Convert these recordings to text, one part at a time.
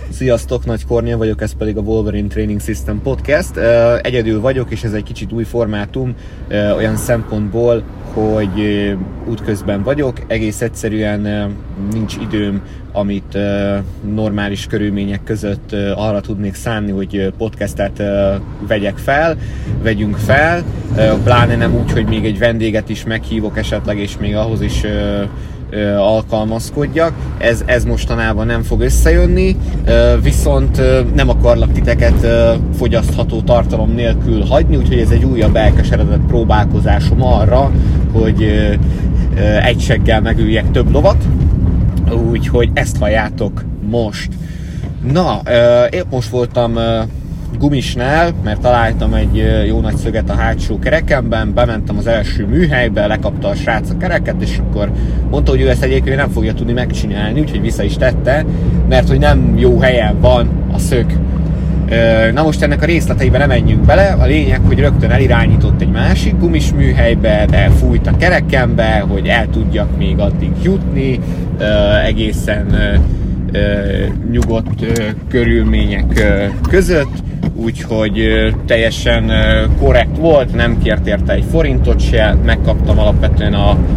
Sziasztok, Nagy Kornél vagyok, ez pedig a Wolverine Training System Podcast. Egyedül vagyok, és ez egy kicsit új formátum olyan szempontból, hogy útközben vagyok. Egész egyszerűen nincs időm, amit normális körülmények között arra tudnék szánni, hogy podcastet vegyünk fel. Pláne nem úgy, hogy még egy vendéget is meghívok esetleg, és még ahhoz is alkalmazkodjak. Ez mostanában nem fog összejönni, viszont nem akarlak titeket fogyasztható tartalom nélkül hagyni, úgyhogy ez egy újabb elkeseredett próbálkozásom arra, hogy egy seggel megüljek több lovat, úgyhogy ezt halljátok most. Na, épp most voltam gumisnál, mert találtam egy jó nagy szöget a hátsó kerekemben, bementem az első műhelybe, lekapta a srác a kereket, és akkor mondta, hogy ő ezt egyébként nem fogja tudni megcsinálni, úgyhogy vissza is tette, mert hogy nem jó helyen van a szög. Na most ennek a részleteiben nem menjünk bele, a lényeg, hogy rögtön elirányított egy másik gumis műhelybe, de fújt a kerekembe, hogy el tudjak még addig jutni, egészen nyugodt körülmények között, úgyhogy teljesen korrekt volt, nem kért érte egy forintot se, megkaptam alapvetően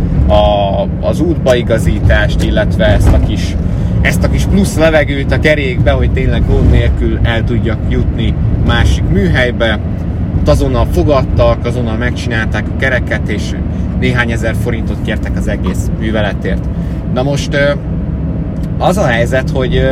az útbaigazítást, illetve ezt a kis plusz levegőt a kerékbe, hogy tényleg gond nélkül el tudjak jutni másik műhelybe. Azonnal fogadtak, azonnal megcsinálták a kereket, és néhány ezer forintot kértek az egész műveletért. Na most az a helyzet, hogy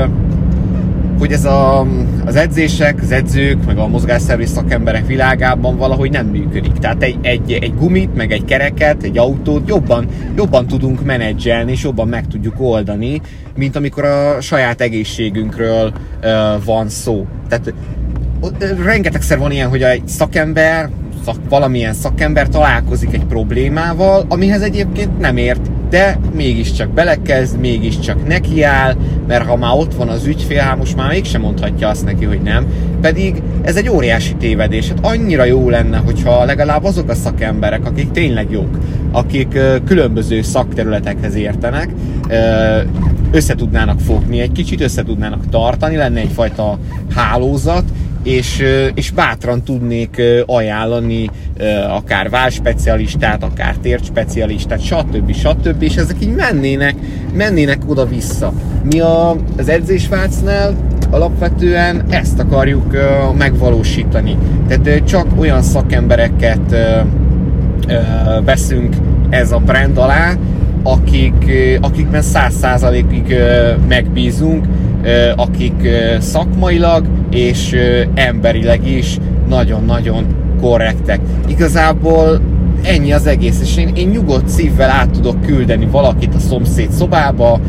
ez az edzések, az edzők, meg a mozgásszervi szakemberek világában valahogy nem működik. Tehát egy gumit, meg egy kereket, egy autót jobban tudunk menedzselni, és jobban meg tudjuk oldani, mint amikor a saját egészségünkről van szó. Tehát rengetegszer van ilyen, hogy egy valamilyen szakember találkozik egy problémával, amihez egyébként nem ért, de mégiscsak belekezd, mégiscsak nekiáll, mert ha már ott van az ügyfél, most már mégsem mondhatja azt neki, hogy nem. Pedig ez egy óriási tévedés. Hát annyira jó lenne, hogyha legalább azok a szakemberek, akik tényleg jók, akik különböző szakterületekhez értenek, össze tudnának fogni egy kicsit, össze tudnának tartani, lenne egyfajta hálózat, és bátran tudnék ajánlani akár válspecialistát, akár tércspecialistát, stb. És ezek így mennének oda-vissza. Mi az edzésvácnál alapvetően ezt akarjuk megvalósítani. Tehát csak olyan szakembereket veszünk ez a brand alá, akikben 100%-ig megbízunk, akik szakmailag és emberileg is nagyon-nagyon korrektek. Igazából ennyi az egész, és én nyugodt szívvel át tudok küldeni valakit a szomszéd szobába,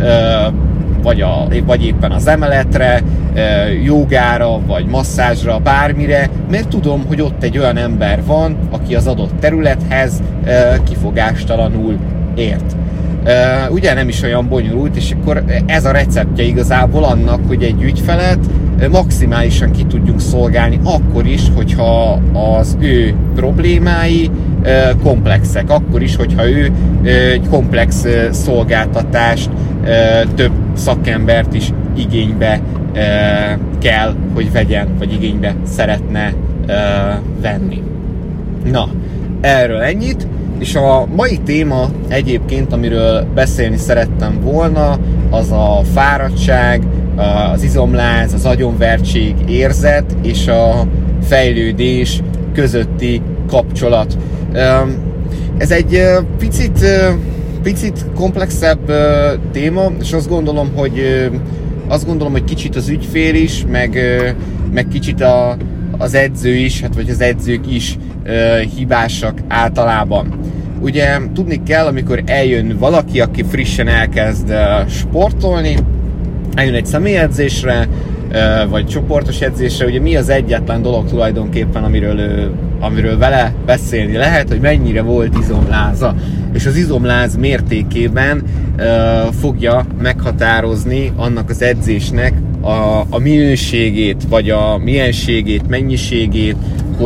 vagy éppen az emeletre, jogára, vagy masszázsra, bármire, mert tudom, hogy ott egy olyan ember van, aki az adott területhez kifogástalanul ért. Ugye nem is olyan bonyolult, és akkor ez a receptje igazából annak, hogy egy ügyfelet maximálisan ki tudjunk szolgálni akkor is, hogyha az ő problémái komplexek, akkor is, hogyha ő egy komplex szolgáltatást, több szakembert is igénybe kell, hogy vegyen, vagy igénybe szeretne venni. Na, erről ennyit. És a mai téma egyébként, amiről beszélni szerettem volna, az a fáradtság, az izomláz, az agyonvertség érzet és a fejlődés közötti kapcsolat. Ez egy picit komplexebb téma, és azt gondolom, hogy kicsit az ügyfél is, meg kicsit az edző is, vagy az edzők is hibásak általában. Ugye tudni kell, amikor eljön valaki, aki frissen elkezd sportolni, eljön egy személyedzésre, vagy csoportos edzésre, ugye mi az egyetlen dolog tulajdonképpen, amiről vele beszélni lehet, hogy mennyire volt izomláza. És az izomláz mértékében fogja meghatározni annak az edzésnek a minőségét, vagy a mienségét, mennyiségét,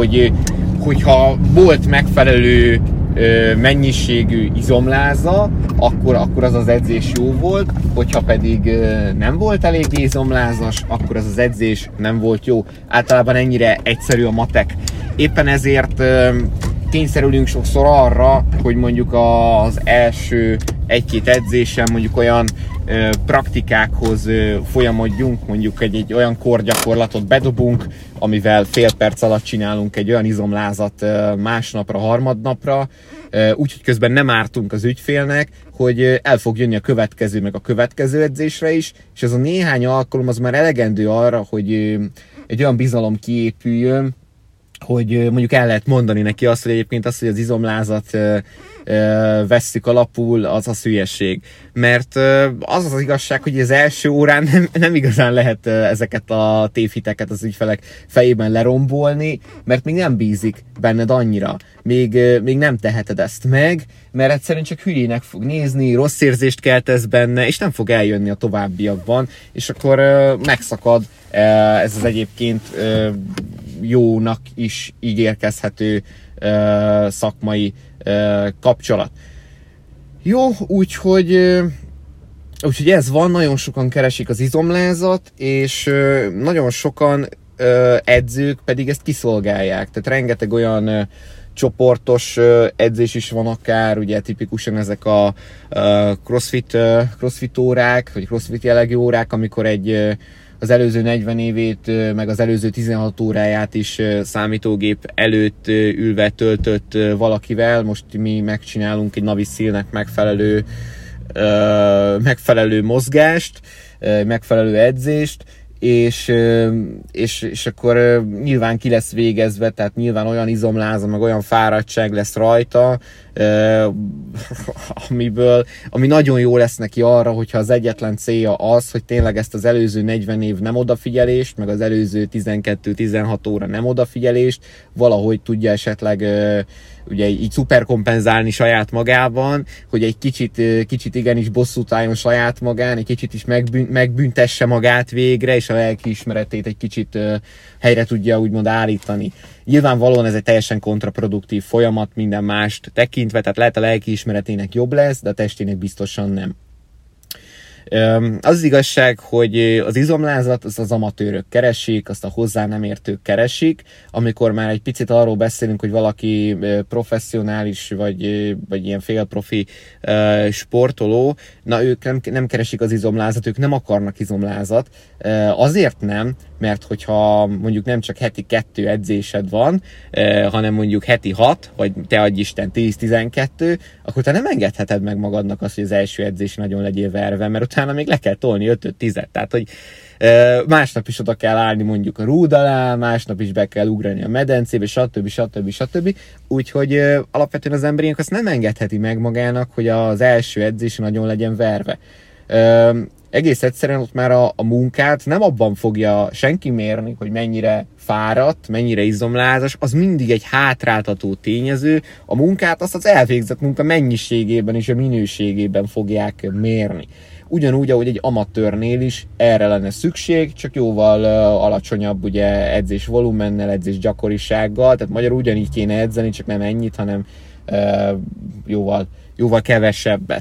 hogyha volt megfelelő mennyiségű izomláza, akkor az az edzés jó volt, hogyha pedig nem volt elég izomlázas, akkor az az edzés nem volt jó. Általában ennyire egyszerű a matek. Éppen ezért kényszerülünk sokszor arra, hogy mondjuk az első egy-két edzésen mondjuk olyan praktikákhoz folyamodjunk, mondjuk egy olyan korgyakorlatot bedobunk, amivel fél perc alatt csinálunk egy olyan izomlázat másnapra, harmadnapra, úgyhogy közben nem ártunk az ügyfélnek, hogy el fog jönni a következő, meg a következő edzésre is, és ez a néhány alkalom az már elegendő arra, hogy egy olyan bizalom kiépüljön, hogy mondjuk el lehet mondani neki azt, hogy egyébként az, hogy az izomlázat vesszük alapul, az hülyeség. Mert az az igazság, hogy az első órán nem igazán lehet ezeket a tévhiteket az ügyfelek fejében lerombolni, mert még nem bízik benned annyira. Még nem teheted ezt meg, mert egyszerűen csak hülyének fog nézni, rossz érzést keltesz benne, és nem fog eljönni a továbbiakban, és akkor megszakad ez az egyébként jónak is ígérkezhető szakmai kapcsolat. Jó, úgyhogy ez van, nagyon sokan keresik az izomlázat, és nagyon sokan edzők pedig ezt kiszolgálják. Tehát rengeteg olyan csoportos edzés is van akár, ugye tipikusan ezek a crossfit órák, vagy crossfit jellegű órák, amikor az előző 40 évét, meg az előző 16 óráját is számítógép előtt ülve töltött valakivel. Most mi megcsinálunk egy Navy SEAL-nek megfelelő mozgást, megfelelő edzést, és akkor nyilván ki lesz végezve, tehát nyilván olyan izomláza, meg olyan fáradtság lesz rajta, ami nagyon jó lesz neki arra, hogyha az egyetlen célja az, hogy tényleg ezt az előző 40 év nem odafigyelést, meg az előző 12-16 óra nem odafigyelést valahogy tudja esetleg ugye így szuperkompenzálni saját magában, hogy egy kicsit igenis bosszút álljon saját magán, egy kicsit is megbüntesse magát végre, és a lelkiismeretét egy kicsit helyre tudja úgymond állítani. Nyilvánvalóan ez egy teljesen kontraproduktív folyamat minden mást tekintve, tehát lehet a lelkiismeretének jobb lesz, de a testének biztosan nem. Az igazság, hogy az izomlázat azt az amatőrök keresik, azt a hozzá nem értők keresik, amikor már egy picit arról beszélünk, hogy valaki professzionális vagy ilyen félprofi sportoló, na ők nem keresik az izomlázat, ők nem akarnak izomlázat, azért nem, mert hogyha mondjuk nem csak heti 2 edzésed van, hanem mondjuk heti 6, vagy te adj Isten 10-12, akkor te nem engedheted meg magadnak azt, hogy az első edzés nagyon legyél verve, mert utána még le kell tolni 5-10-et. Tehát, hogy másnap is oda kell állni mondjuk a rúd alá, másnap is be kell ugrani a medencébe, stb. Úgyhogy alapvetően az emberének azt nem engedheti meg magának, hogy az első edzés nagyon legyen verve. Egész egyszerűen ott már a munkát nem abban fogja senki mérni, hogy mennyire fáradt, mennyire izomlázas, az mindig egy hátráltató tényező. A munkát azt az elvégzett munka mennyiségében és a minőségében fogják mérni. Ugyanúgy, ahogy egy amatőrnél is erre lenne szükség, csak jóval alacsonyabb ugye edzés volumennel, edzés gyakorisággal, tehát magyarul ugyanígy kéne edzeni, csak nem ennyit, hanem jóval kevesebbet.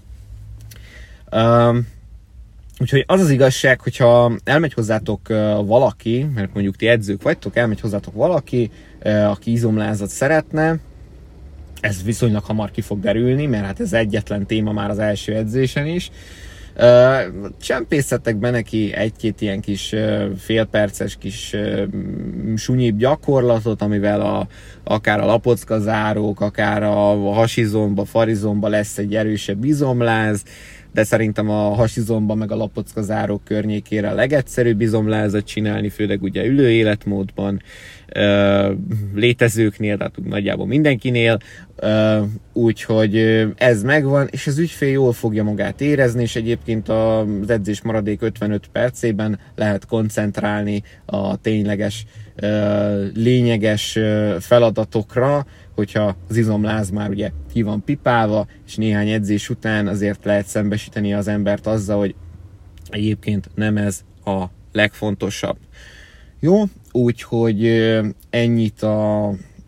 Úgyhogy az az igazság, hogyha elmegy hozzátok valaki, mert mondjuk ti edzők vagytok, elmegy hozzátok valaki, aki izomlázat szeretne, ez viszonylag hamar ki fog derülni, mert hát ez egyetlen téma már az első edzésen is. Csempészetek be neki egy-két ilyen kis félperces kis sunyibb gyakorlatot, amivel akár a lapockazárók, akár a hasizomba, farizomba lesz egy erősebb izomláz, de szerintem a hasizomba meg a lapockazárók környékére a legegyszerűbb izomlázat csinálni, főleg ugye ülő életmódban, létezőknél, tehát nagyjából mindenkinél, úgyhogy ez megvan, és az ügyfél jól fogja magát érezni, és egyébként az edzés maradék 55 percében lehet koncentrálni a tényleges, lényeges feladatokra, hogyha az izomláz már ugye ki van pipálva, és néhány edzés után azért lehet szembesíteni az embert azzal, hogy egyébként nem ez a legfontosabb. Jó, úgyhogy ennyit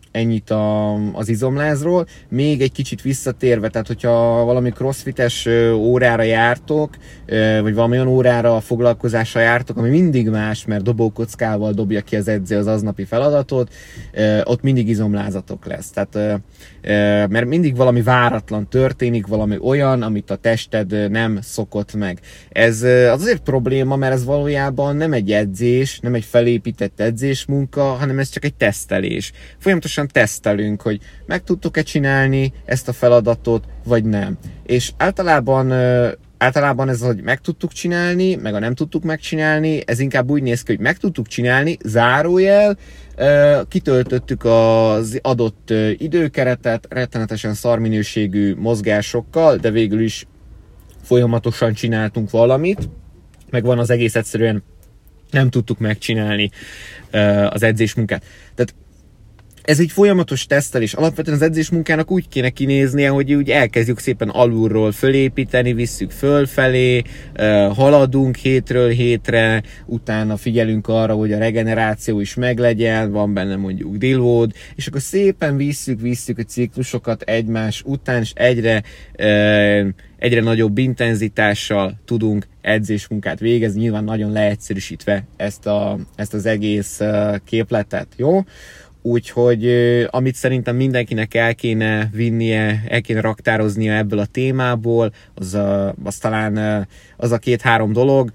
ennyit az izomlázról. Még egy kicsit visszatérve, tehát hogyha valami crossfites órára jártok, vagy valami olyan órára a foglalkozásra jártok, ami mindig más, mert dobókockával dobja ki az edző az aznapi feladatot, ott mindig izomlázatok lesz. Tehát, mert mindig valami váratlan történik, valami olyan, amit a tested nem szokott meg. Ez az azért probléma, mert ez valójában nem egy edzés, nem egy felépített edzésmunka, hanem ez csak egy tesztelés. Folyamatosan tesztelünk, hogy meg tudtuk-e csinálni ezt a feladatot, vagy nem. És általában ez, hogy meg tudtuk csinálni, meg a nem tudtuk megcsinálni, ez inkább úgy néz ki, hogy meg tudtuk csinálni, zárójel, kitöltöttük az adott időkeretet, rettenetesen szarminőségű mozgásokkal, de végül is folyamatosan csináltunk valamit, meg van az egész egyszerűen nem tudtuk megcsinálni az edzésmunkát. Tehát ez egy folyamatos tesztelés. Alapvetően az edzésmunkának úgy kéne kinéznie, hogy úgy elkezdjük szépen alulról fölépíteni, visszük fölfelé, haladunk hétről hétre, utána figyelünk arra, hogy a regeneráció is meglegyen, van benne mondjuk deload, és akkor szépen visszük a ciklusokat egymás után, és egyre nagyobb intenzitással tudunk edzésmunkát végezni, nyilván nagyon leegyszerűsítve ezt az egész képletet, jó? Úgyhogy amit szerintem mindenkinek el kéne vinnie, el kéne raktároznia ebből a témából, az talán az a 2-3 dolog,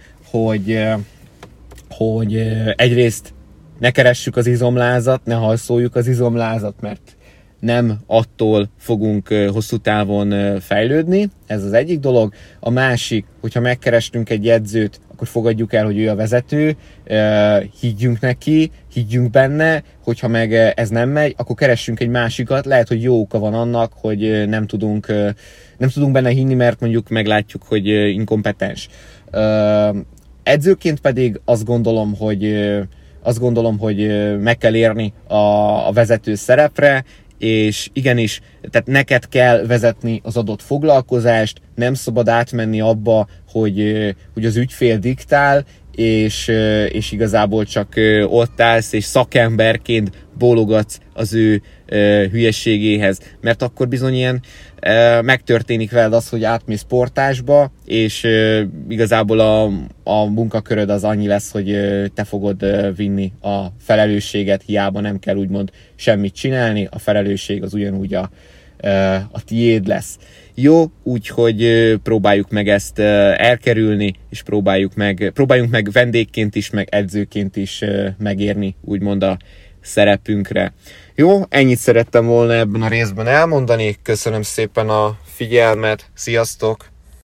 hogy egyrészt ne keressük az izomlázat, ne hajszoljuk az izomlázat, mert nem attól fogunk hosszú távon fejlődni, ez az egyik dolog. A másik, hogyha megkerestünk egy edzőt, akkor fogadjuk el, hogy ő a vezető, higgyünk neki, higgyünk benne, hogyha meg ez nem megy, akkor keressünk egy másikat, lehet, hogy jó oka van annak, hogy nem tudunk benne hinni, mert mondjuk meglátjuk, hogy inkompetens. Edzőként pedig azt gondolom, hogy meg kell érni a vezető szerepre, és igenis, tehát neked kell vezetni az adott foglalkozást, nem szabad átmenni abba, hogy az ügyfél diktál, és igazából csak ott állsz, és szakemberként bólogatsz az ő hülyeségéhez. Mert akkor bizony ilyen megtörténik veled az, hogy átmész sportásba, és igazából a munkaköröd az annyi lesz, hogy te fogod vinni a felelősséget, hiába nem kell úgymond semmit csinálni, a felelősség az ugyanúgy a tiéd lesz. Jó, úgyhogy próbáljuk meg ezt elkerülni, és próbáljunk meg vendégként is, meg edzőként is megérni, úgymond a szerepünkre. Jó, ennyit szerettem volna ebben a részben elmondani. Köszönöm szépen a figyelmet, sziasztok!